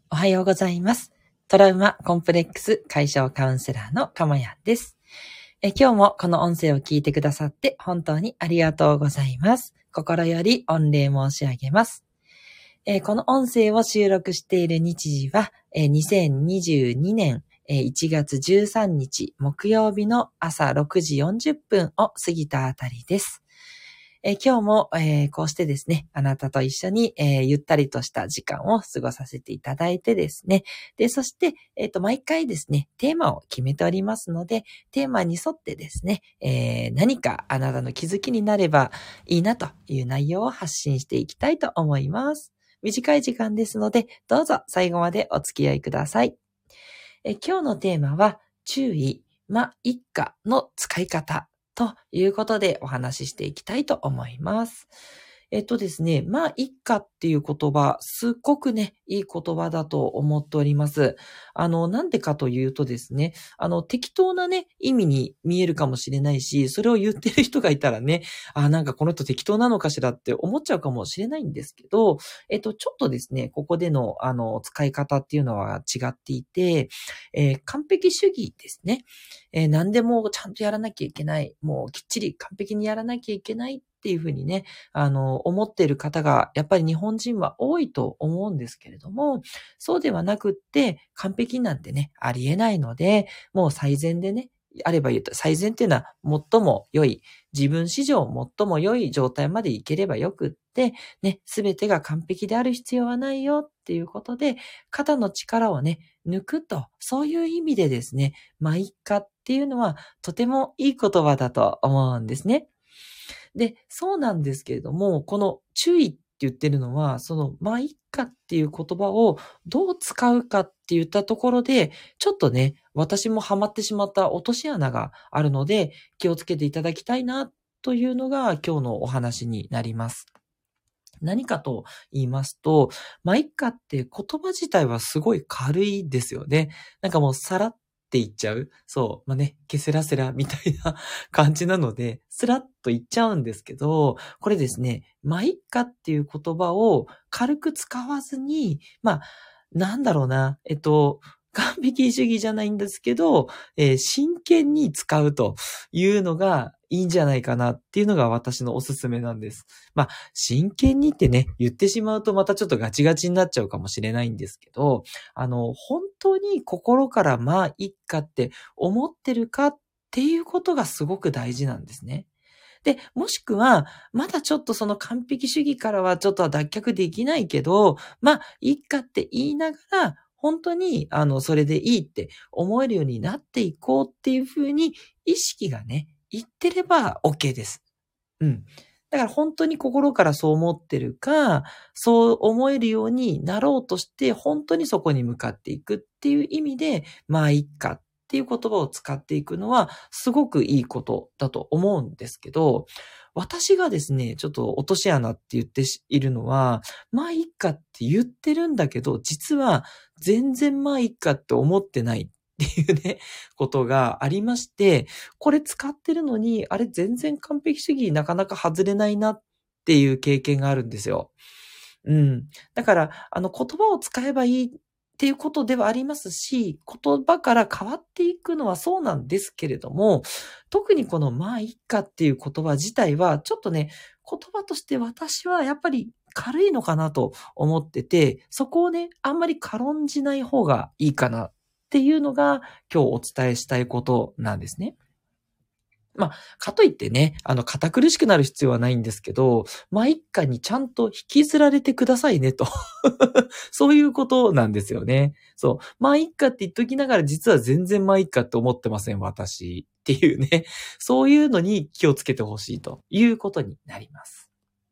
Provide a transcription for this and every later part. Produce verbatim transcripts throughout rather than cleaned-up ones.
おはようございます。トラウマコンプレックス解消カウンセラーのかまやです。え今日もこの音声を聞いてくださって本当にありがとうございます。心より御礼申し上げます。えこの音声を収録している日時はえにせんにじゅうにねんいちがつじゅうさんにち木曜日の朝ろくじよんじゅっぷんを過ぎたあたりです。えー、今日も、えー、こうしてですね、あなたと一緒に、えー、ゆったりとした時間を過ごさせていただいてですね。で、そして、えっと、毎回ですね、テーマを決めておりますので、テーマに沿ってですね、えー、何かあなたの気づきになればいいなという内容を発信していきたいと思います。短い時間ですので、どうぞ最後までお付き合いください。えー、今日のテーマは、注意、ま、一家の使い方。ということでお話ししていきたいと思います。えっとですね、まあ、一家っていう言葉、すっごくね、いい言葉だと思っております。あの、なんでかというとですね、あの、適当なね、意味に見えるかもしれないし、それを言ってる人がいたらね、あ、なんかこの人適当なのかしらって思っちゃうかもしれないんですけど、えっと、ちょっとですね、ここでの、あの、使い方っていうのは違っていて、えー、完璧主義ですね。えー、何でもちゃんとやらなきゃいけない。もうきっちり完璧にやらなきゃいけないっていうふうにね、あの、思っている方が、やっぱり日本人は多いと思うんですけれども、そうではなくって、完璧なんてね、ありえないので、もう最善でね、あれば言うと、最善っていうのは最も良い、自分史上最も良い状態までいければよくって、ね、すべてが完璧である必要はないよっていうことで、肩の力をね、抜くと、そういう意味でですね、まあ、いっかっていうのはとてもいい言葉だと思うんですね。で、そうなんですけれども、この注意って言ってるのは、その、まあ、いっかっていう言葉をどう使うかって言ったところで、ちょっとね、私もハマってしまった落とし穴があるので、気をつけていただきたいなというのが今日のお話になります。何かと言いますと、まあ、いっかって言葉自体はすごい軽いですよね。なんかもうさらって言っちゃう。そう。まあ、ね、ケセラセラみたいな感じなので、スラッと言っちゃうんですけど、これですね、まあ、いっかっていう言葉を軽く使わずに、まあ、なんだろうな、えっと、完璧主義じゃないんですけど、えー真剣に使うというのがいいんじゃないかなっていうのが私のおすすめなんです。まあ、真剣にってね、言ってしまうとまたちょっとガチガチになっちゃうかもしれないんですけど、あの、本当に心からまあいっかって思ってるかっていうことがすごく大事なんですね。で、もしくは、まだちょっとその完璧主義からはちょっと脱却できないけど、まあ、いっかって言いながら、本当に、あの、それでいいって思えるようになっていこうっていうふうに、意識がね、言ってれば OK です。うん。だから本当に心からそう思ってるか、そう思えるようになろうとして、本当にそこに向かっていくっていう意味で、まあいっかっていう言葉を使っていくのは、すごくいいことだと思うんですけど、私がですね、ちょっと落とし穴って言っているのは、まあいっかって言ってるんだけど、実は全然まあいっかって思ってないっていうね、ことがありまして、これ使ってるのに、あれ全然完璧主義なかなか外れないなっていう経験があるんですよ。うん。だから、あの言葉を使えばいいっていうことではありますし、言葉から変わっていくのはそうなんですけれども、特にこのまあいっかっていう言葉自体は、ちょっとね、言葉として私はやっぱり軽いのかなと思ってて、そこをね、あんまり軽んじない方がいいかなっていうのが今日お伝えしたいことなんですね。まあ、かといってね、あの、堅苦しくなる必要はないんですけど、まあ、一家にちゃんと引きずられてくださいねと。そういうことなんですよね。そう。まあ、一家って言っときながら、実は全然まあ、一家って思ってません、私。っていうね。そういうのに気をつけてほしいということになります。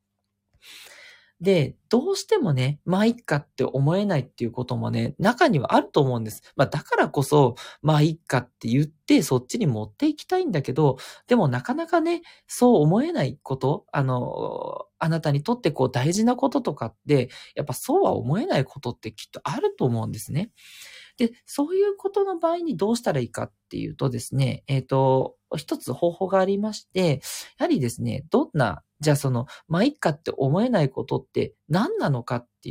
で、どうしてもね、まあいっかって思えないっていうこともね、中にはあると思うんです。まあだからこそ、まあいっかって言ってそっちに持っていきたいんだけど、でもなかなかね、そう思えないこと、あの、あなたにとってこう大事なこととかって、やっぱそうは思えないことってきっとあると思うんですね。で、そういうことの場合にどうしたらいいかっていうとですね、えっと、一つ方法がありまして、やはりですね、どんな、じゃあその、まあ、いっかって思えないことって何なのかっていう、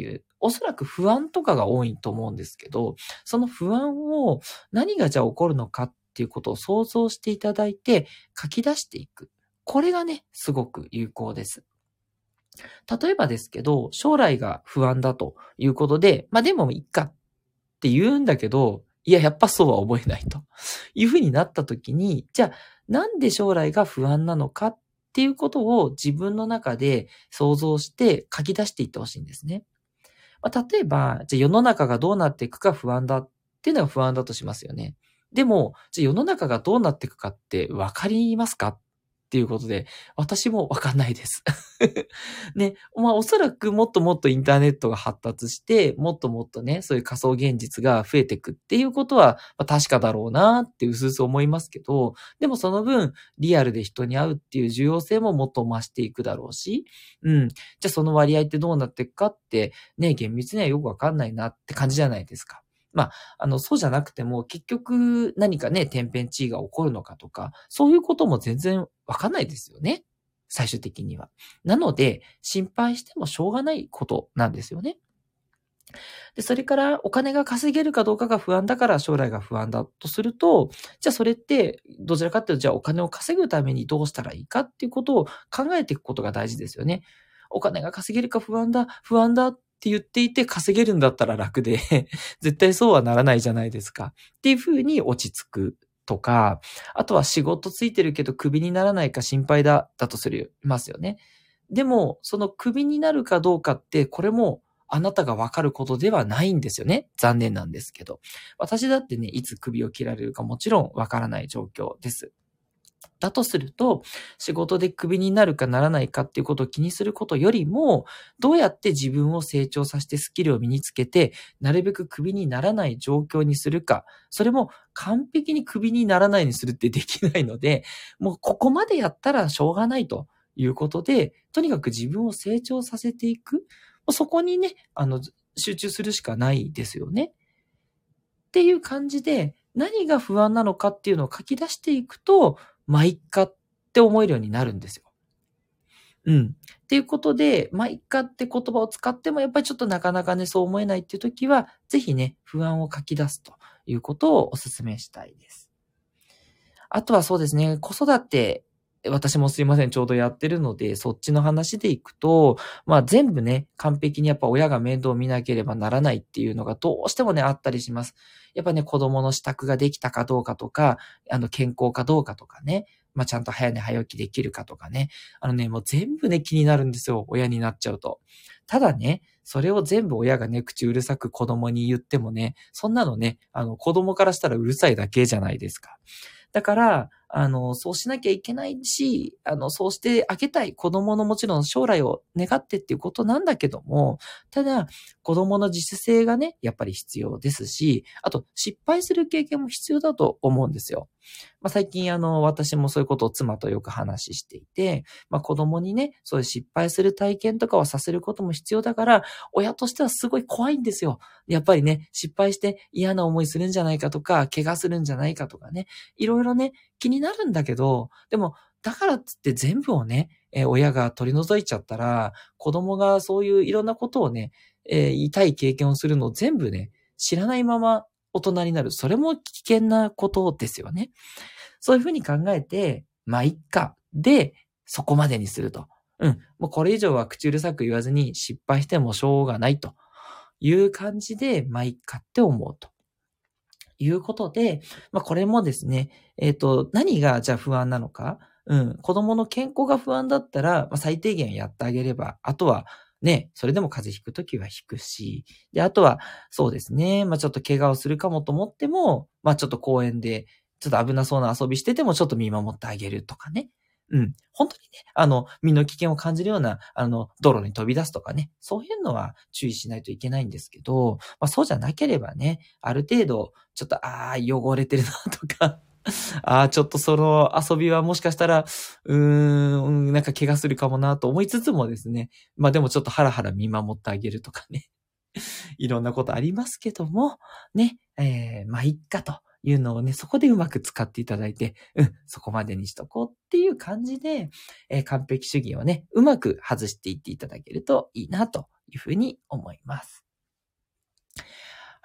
おそらく不安とかが多いと思うんですけど、その不安を何がじゃあ起こるのかっていうことを想像していただいて書き出していく。これがね、すごく有効です。例えばですけど、将来が不安だということで、まあでもいいかって言うんだけど、いや、やっぱそうは思えないというふうになった時に、じゃあなんで将来が不安なのかっていうことを自分の中で想像して書き出していってほしいんですね。まあ、例えば、じゃあ世の中がどうなっていくか不安だっていうのは不安だとしますよね。でも、じゃあ世の中がどうなっていくかってわかりますかっていうことで、私もわかんないです。ね、まあおそらくもっともっとインターネットが発達して、もっともっとね、そういう仮想現実が増えていくっていうことは、まあ、確かだろうなってうすうす思いますけど、でもその分、リアルで人に会うっていう重要性ももっと増していくだろうし、うん。じゃあその割合ってどうなっていくかって、ね、厳密にはよくわかんないなって感じじゃないですか。まあ、あの、そうじゃなくても、結局何かね、天変地異が起こるのかとか、そういうことも全然わかんないですよね。最終的には。なので、心配してもしょうがないことなんですよね。で、それからお金が稼げるかどうかが不安だから将来が不安だとすると、じゃあそれってどちらかっていうと、じゃあお金を稼ぐためにどうしたらいいかっていうことを考えていくことが大事ですよね。お金が稼げるか不安だ、不安だって言っていて稼げるんだったら楽で、絶対そうはならないじゃないですか。っていうふうに落ち着く。とか、あとは仕事ついてるけどクビにならないか心配だ、だとする、ますよね。でも、そのクビになるかどうかって、これもあなたがわかることではないんですよね。残念なんですけど。私だってね、いつ首を切られるかもちろんわからない状況です。だとすると、仕事でクビになるかならないかっていうことを気にすることよりも、どうやって自分を成長させてスキルを身につけて、なるべくクビにならない状況にするか、それも完璧にクビにならないようにするってできないので、もうここまでやったらしょうがないということで、とにかく自分を成長させていく。そこにね、あの、集中するしかないですよね。っていう感じで、何が不安なのかっていうのを書き出していくと、まあ、いっかって思えるようになるんですよ。うん。っていうことで、まあ、いっかって言葉を使っても、やっぱりちょっとなかなかね、そう思えないっていう時は、ぜひね、不安を書き出すということをお勧めしたいです。あとはそうですね、子育て、私もすいません、ちょうどやってるので、そっちの話でいくと、まあ全部ね、完璧にやっぱ親が面倒を見なければならないっていうのがどうしてもね、あったりします。やっぱね、子供の支度ができたかどうかとか、あの、健康かどうかとかね、まあちゃんと早寝早起きできるかとかね、あのね、もう全部ね、気になるんですよ、親になっちゃうと。ただね、それを全部親がね、口うるさく子供に言ってもね、そんなのね、あの、子供からしたらうるさいだけじゃないですか。だから、あの、そうしなきゃいけないし、あの、そうしてあげたい子供のもちろん将来を願ってっていうことなんだけども、ただ、子供の自主性がね、やっぱり必要ですし、あと、失敗する経験も必要だと思うんですよ。まあ、最近、あの、私もそういうことを妻とよく話していて、まあ、子供にね、そういう失敗する体験とかをさせることも必要だから、親としてはすごい怖いんですよ。やっぱりね、失敗して嫌な思いするんじゃないかとか、怪我するんじゃないかとかね、いろいろね、気になるんだけど、でも、だからっつって全部をね、えー親が取り除いちゃったら、子供がそういういろんなことをね、えー痛い経験をするのを全部ね、知らないまま大人になる。それも危険なことですよね。そういうふうに考えて、まあ、いっか。で、そこまでにすると。うん。もうこれ以上は口うるさく言わずに失敗してもしょうがないという感じで、まあ、いっかって思うと。いうことで、まあ、これもですね、えっと、何がじゃあ不安なのか。うん。子供の健康が不安だったら、まあ、最低限やってあげれば、あとは、ね、それでも風邪ひくときはひくし、で、あとは、そうですね、まあ、ちょっと怪我をするかもと思っても、まあ、ちょっと公園で、ちょっと危なそうな遊びしてても、ちょっと見守ってあげるとかね。うん。本当にね、あの、身の危険を感じるような、あの、道路に飛び出すとかね。そういうのは注意しないといけないんですけど、まあ、そうじゃなければね、ある程度、ちょっと、ああ、汚れてるなとか、ああ、ちょっとその遊びはもしかしたら、うーん、なんか怪我するかもなと思いつつもですね。まあでもちょっとハラハラ見守ってあげるとかね。いろんなことありますけども、ね、えー、まあいっかというのをね、そこでうまく使っていただいて、うん、そこまでにしとこうっていう感じで、えー、完璧主義をね、うまく外していっていただけるといいなというふうに思います。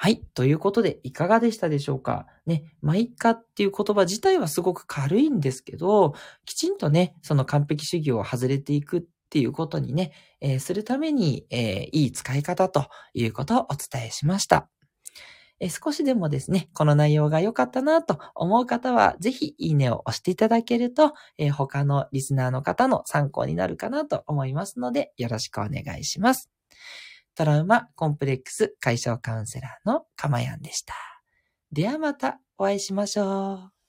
はい。ということで、いかがでしたでしょうかね。まあ、いっかっていう言葉自体はすごく軽いんですけど、きちんとね、その完璧主義を外れていくっていうことにね、えーするために、えーいい使い方ということをお伝えしました。えー少しでもですね、この内容が良かったなと思う方は、ぜひいいねを押していただけると、えー他のリスナーの方の参考になるかなと思いますので、よろしくお願いします。トラウマコンプレックス解消カウンセラーのかまやんでした。ではまたお会いしましょう。